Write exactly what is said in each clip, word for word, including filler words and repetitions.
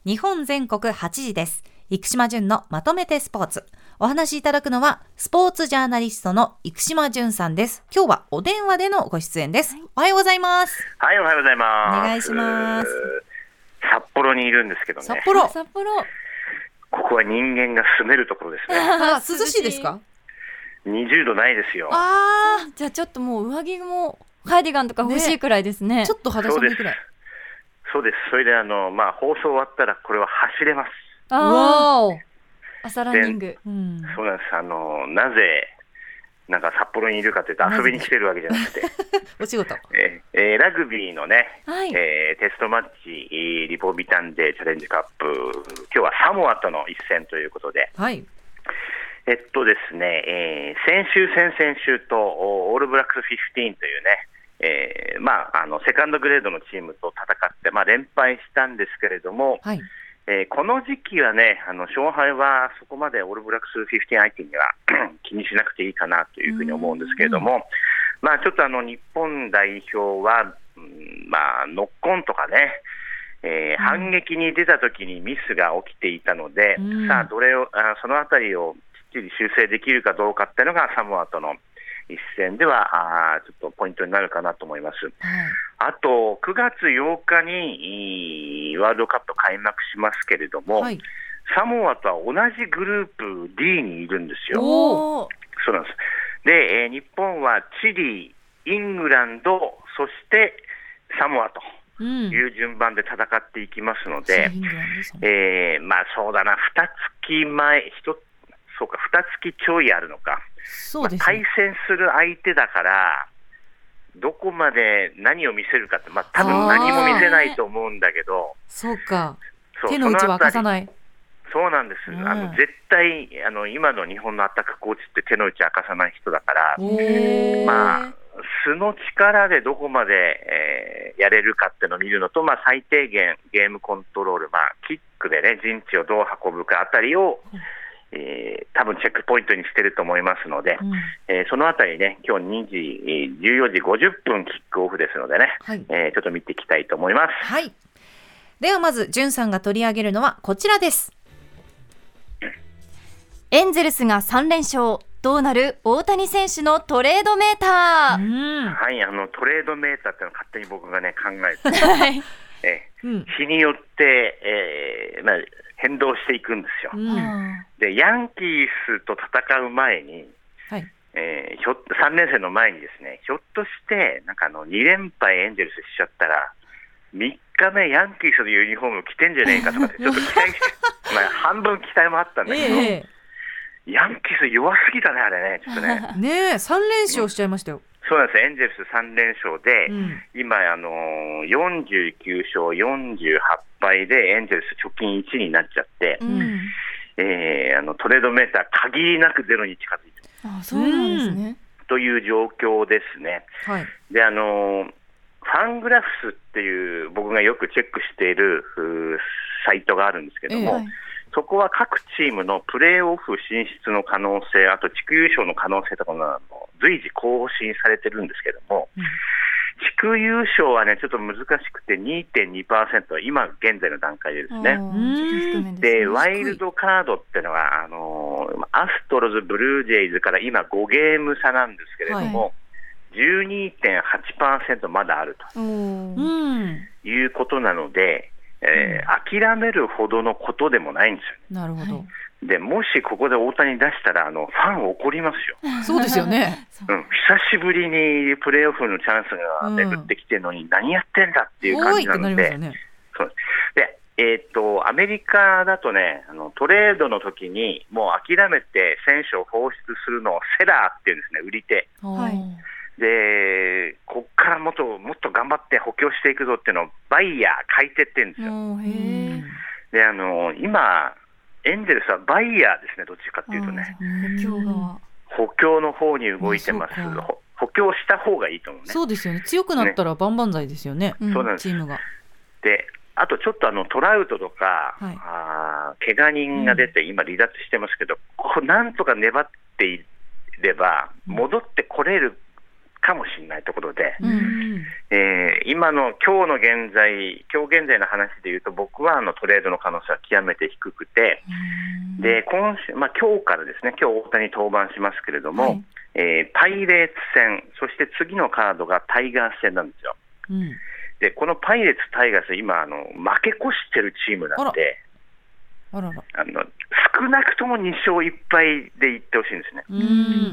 日本全国はちじです。生島淳のまとめてスポーツ。お話しいただくのはスポーツジャーナリストの生島淳さんです。今日はお電話でのご出演です。おはようございます。 はい、おはようございます。 お願いします。 札幌にいるんですけどね。 札幌。 札幌。 ここは人間が住めるところですね。 あ、涼しいですか？ にじゅうどないですよ。 ああ、じゃあちょっともう上着もカーディガンとか欲しいくらいですね。 ちょっと肌寒いくらい。 そうです。それであのまあ放送終わったらこれは走れます。 ああ。朝ランニング。 うん、 そうなんです。あのなぜなんか札幌にいるかというと遊びに来てるわけじゃなくて、 お仕事。 えーえー、ラグビーのね、 はい、 えー、テストマッチリポビタンデーチャレンジカップ、今日はサモアとの一戦ということで。 はい。 えっとですね、えー、先週、先々週とオールブラックスじゅうごというね、えーまあ、あのセカンドグレードのチームと戦って、まあ、連敗したんですけれども、 はい、 えー、この時期はね、あの勝敗はそこまでオールブラックスじゅうご相手には気にしなくていいかなというふうに思うんですけれども、まあ、ちょっとあの日本代表は、うんまあ、ノックオンとかね、えー、反撃に出た時にミスが起きていたので、うん、さあどれをあそのあたりをきっちり修正できるかどうかっていうのがサモアとの一戦ではあちょっとポイントになるかなと思います、はい、あとくがつようかにワールドカップ開幕しますけれども、はい、サモアとは同じグループ ディー にいるんですよ。 おそうなんです。で、えー、日本はチリ、イングランド、そしてサモアという順番で戦っていきますので、うんえー、まあそうだな、にがつまえ、ひとそうか、にがつちょいあるのか。そうですね。まあ、対戦する相手だからどこまで何を見せるかって、まあ、多分何も見せないと思うんだけど、 そうか、手の内は明かさない。 そうなんです、うん、あの絶対あの今の日本のアタックコーチって手の内明かさない人だから、まあ、素の力でどこまで、えー、やれるかっていうのを見るのと、まあ、最低限ゲームコントロール、まあ、キックで、ね、陣地をどう運ぶかあたりを、うんえー、多分チェックポイントにしてると思いますので、うんえー、そのあたりね、今日にじ、じゅうよじごじゅっぷんキックオフですのでね、はいえー、ちょっと見ていきたいと思います。 はい、ではまずじゅんさんが取り上げるのはこちらです。 エンゼルスがさんれんしょう、どうなる大谷選手のトレードメーター。 うんはい、あのトレードメーターってのは勝手に僕がね考えて、はいえーうん、日によって、えーまあ変動していくんですよ、うん、でヤンキースと戦う前に、はいえー、ひょさんれんせんの前にですね、ひょっとしてなんかあのにれんぱいエンゼルスしちゃったらみっかめヤンキースのユニフォーム着てんじゃねえかとかってちょっと期待してまあ半分期待もあったんだけど、えー、ヤンキース弱すぎたねあれねちょっとねねえさんれんしょうしちゃいましたよ、うんそうなんです。エンゼルスさんれんしょうで、うん、今、あのー、よんじゅうきゅうしょうよんじゅうはちぱいでエンゼルス貯金いちになっちゃって、うんえー、あのトレードメーター限りなくゼロに近づいてます。 あ、そうなんですね。 という状況ですね。はい、で、あのー、ファングラフスっていう僕がよくチェックしているサイトがあるんですけども、えーはいそこは各チームのプレーオフ進出の可能性、あと地区優勝の可能性とかも随時更新されてるんですけども、うん、地区優勝はねちょっと難しくて にてんにパーセント 今現在の段階でですね。でワイルドカードっていうのはあのー、アストロズ、ブルージェイズから今ごゲーム差なんですけれども、はい、じゅうにてんはちパーセント まだあるということなので、えー、諦めるほどのことでもないんですよね。 なるほど。 でもしここで大谷出したらあのファン怒りますよ。 そうですよね、 うん、久しぶりにプレーオフのチャンスが巡ってきてるのに何やってんだっていう感じなので、ね、そうで、えー、とアメリカだとねあのトレードの時にもう諦めて選手を放出するのをセラーっていうんですね、売り手。はいでここからもっともっと頑張って補強していくぞっていうのをバイヤー買い手って言うんですよ。へであの今エンゼルスはバイヤーですね、どっちかっていうとね補強側補強の方に動いてます。補強した方がいいと思うね。 そうですよね、強くなったら万々歳ですよね、ねそうなんですチームが。 であとちょっとあのトラウトとか、はい、あ怪我人が出て今離脱してますけど、うん、こなんとか粘っていれば戻ってこれるかもしれないところで、うんえー、今今の今日の現在今日現在の話でいうと、僕はあのトレードの可能性は極めて低くて、で今週、まあ、今日からですね、今日大谷登板しますけれども、はい、えー、パイレーツ戦、そして次のカードがタイガース戦なんですよ。うん、でこのパイレーツタイガース、今あの負け越してるチームなんで、 あらあらあの少なくともに勝いっぱいでいってほしいんですね。うん、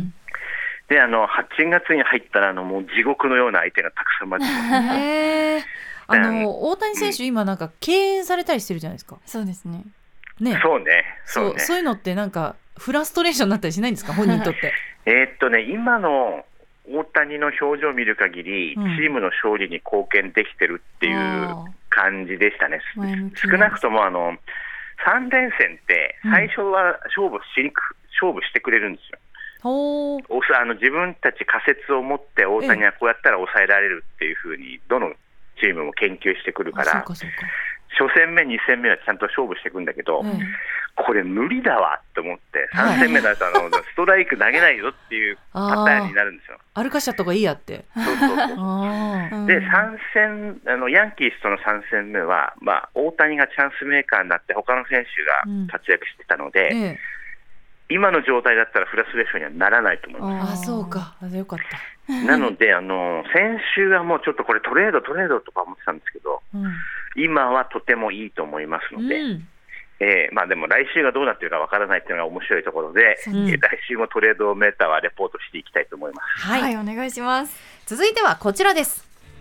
であのはちがつに入ったらあのもう地獄のような相手がたくさん待ってます。 へー、あの大谷選手、うん、今なんか敬遠されたりしてるじゃないですか。 そうですね。 ね、そうね、 そうね、そう、そういうのってなんかフラストレーションになったりしないんですか、本人にとって。 えーっとね、今の大谷の表情を見る限り、うん、チームの勝利に貢献できてるっていう感じでしたね。少なくともあのさん連戦って最初は勝負しにく、うん、勝負してくれるんですよ。ほあの自分たち仮説を持って大谷はこうやったら抑えられるっていうふうにどのチームも研究してくるから、初戦目に戦目はちゃんと勝負していくんだけど、うん、これ無理だわと思ってさん戦目だとあのストライク投げないよっていうパターンになるんですよ。 歩かしちゃった方がいいやって。 そうそうそうでさん戦あのヤンキースとのさん戦目は、まあ、大谷がチャンスメーカーになって他の選手が活躍してたので、うんええ、今の状態だったらフラストレーションにはならないと思います。 ああ、そうか、よかった。 なのであの先週はもうちょっとこれトレードトレードとか思ってたんですけど、うん、今はとてもいいと思いますので、うん、えーまあ、でも来週がどうなっているかわからないというのが面白いところで、うん、来週もトレードメーターはレポートしていきたいと思います。 はい、はい、お願いします。 続いてはこちらです。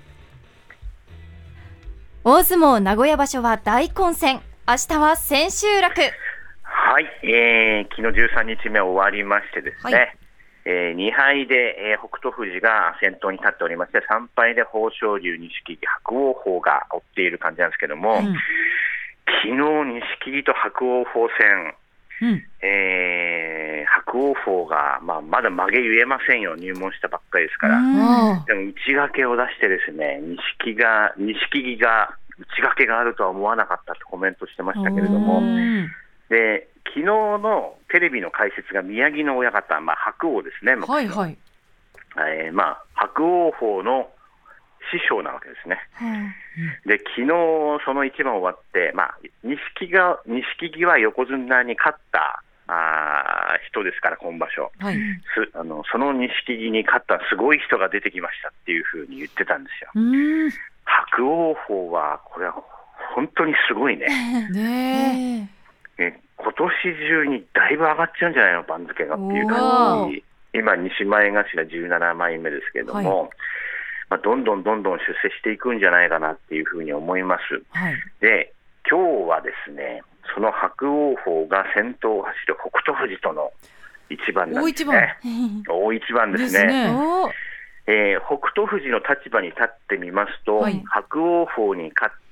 大相撲名古屋場所は大混戦、明日は千秋楽。 はい、えー、昨日じゅうさんにちめ終わりましてですね、はい、えー、にはいで、えー、北勝富士が先頭に立っておりまして、さんはいで豊昇龍、錦木、伯桜鵬が追っている感じなんですけども、うん、昨日錦木と伯桜鵬戦、うん、えー、伯桜鵬が、まあ、まだ曲げ言えませんよ、入門したばっかりですから。でも内掛けを出してですね、錦木が錦木が内掛けがあるとは思わなかったとコメントしてましたけれども、で昨日のテレビの解説が宮城野親方、まあ、白鵬ですね、 はいはい、 えーまあ、白鵬鵬の師匠なわけですね、うん、で昨日その一番終わって、まあ、錦が錦木は横綱に勝ったあ人ですから今場所、はい、すあのその錦木に勝ったすごい人が出てきましたっていうふうに言ってたんですよ。うん、白鵬鵬はこれは本当にすごいね。ねえ今年中にだいぶ上がっちゃうんじゃないの番付がっていう感じ。今西前頭じゅうななまいめですけれども、はい、まあ、どんどんどんどん出世していくんじゃないかなっていうふうに思います、はい、で今日はですね、その伯桜鵬が先頭を走る北勝富士との一番なんですね。大一番ですね。ですね、えー、北勝富士の立場に立ってみますと、はい、伯桜鵬に勝って、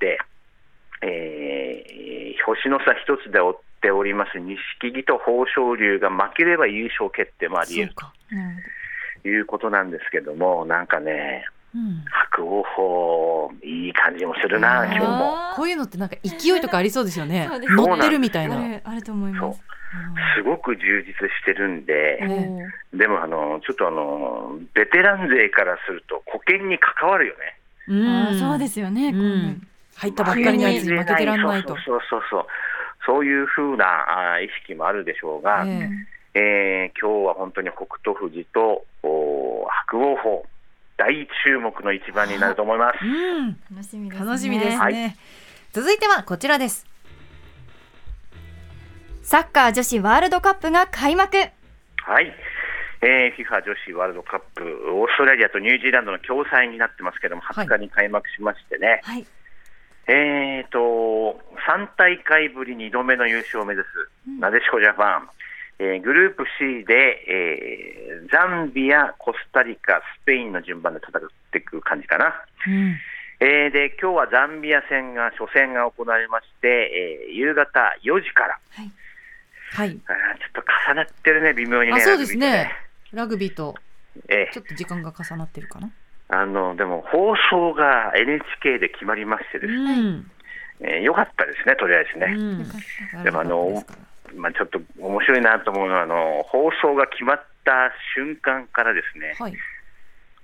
えー、星の差一つで追っております錦木と豊昇龍が負ければ優勝決定もあり得るということなんですけども、なんかね、うん、伯桜鵬いい感じもするな今日も。 こういうのってなんか勢いとかありそうですよね。乗ってるみたいな、 えー、あると思います。 すごく充実してるんで、えー、でもあのちょっとあのベテラン勢からすると保険に関わるよね。 うん、そうですよね、うん、 入ったばっかりのやつに負けてらんないと。 そうそうそうそう、そういう風な意識もあるでしょうが、えーえー、今日は本当に北勝富士と伯桜鵬大注目の一番になると思います、うん、 楽しみですね。 楽しみですね、はい、続いてはこちらです。 サッカー女子ワールドカップが開幕。 はい、えー、FIFA 女子ワールドカップオーストラリアとニュージーランドの共催になってますけども、はつかに開幕しましてね、はい、えーとさん大会ぶりにどめの優勝を目指すなでしこジャパン、えー、グループ C で、えー、ザンビア、コスタリカ、スペインの順番で戦っていく感じかな、うん、えー、で今日はザンビア戦が初戦が行われまして、えー、夕方よじから、はいはい、あちょっと重なってるね、微妙にね。 あ、そうですね、ラグビーとちょっと時間が重なってるかな、 えー、あのでも放送が エヌエイチケー で決まりましてですね、うん、えー、よかったですね、とりあえずね、うん、でもあのまあ、ちょっと面白いなと思うのはあの放送が決まった瞬間からですね、はい、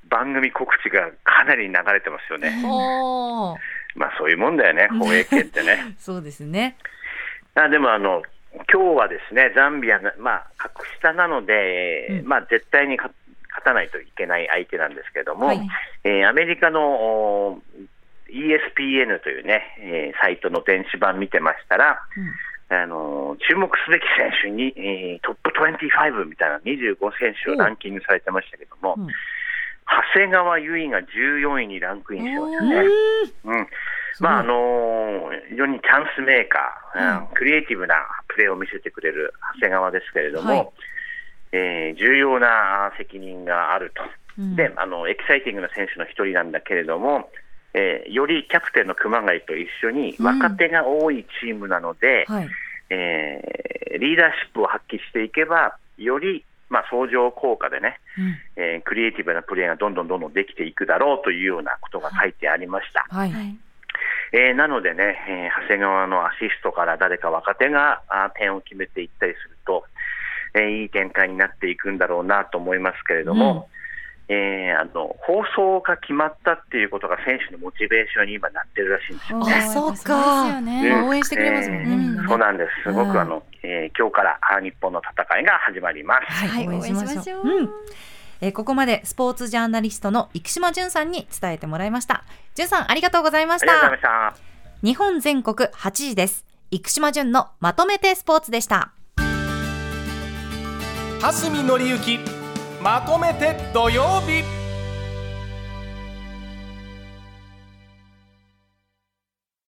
番組告知がかなり流れてますよね。 おまあそういうもんだよね、放映権ってね。 そうですね。 あでもあの今日はですね、ザンビアが、まあ、格下なので、うんまあ、絶対に勝たないといけない相手なんですけども、はいえー、アメリカの イーエスピーエヌ というね、えー、サイトの電子版見てましたら、うんあのー、注目すべき選手に、えー、トップにじゅうごみたいなにじゅうご選手をランキングされてましたけども、うん、長谷川唯がじゅうよんいにランクインしてましたね。うんまああのー、非常にチャンスメーカー、うん、クリエイティブなプレーを見せてくれる長谷川ですけれども、はいえー、重要な責任があると、うん、であのエキサイティングな選手の一人なんだけれども、えー、よりキャプテンの熊谷と一緒に若手が多いチームなので、うんはいえー、リーダーシップを発揮していけばよりまあ、相乗効果でね、うんえー、クリエイティブなプレーがどんどんどんどんできていくだろうというようなことが書いてありました。はいはいえー、なのでね、えー、長谷川のアシストから誰か若手があ点を決めていったりすると、えー、いい展開になっていくんだろうなと思いますけれども、うんえー、あの放送が決まったっていうことが選手のモチベーションに今なってるらしいんですよね。 あそうか、ねうん、応援してくれますもんね、えー、みんなね。 そうなんです。すごくあの、えー、今日から日本の戦いが始まります。 はい、応援しましょう。うんえー、ここまでスポーツジャーナリストの生島淳さんに伝えてもらいました。淳さんありがとうございました。 ありがとうございました。 日本全国はちじです。生島淳のまとめてスポーツでした。 蓮見紀之まとめて土曜日。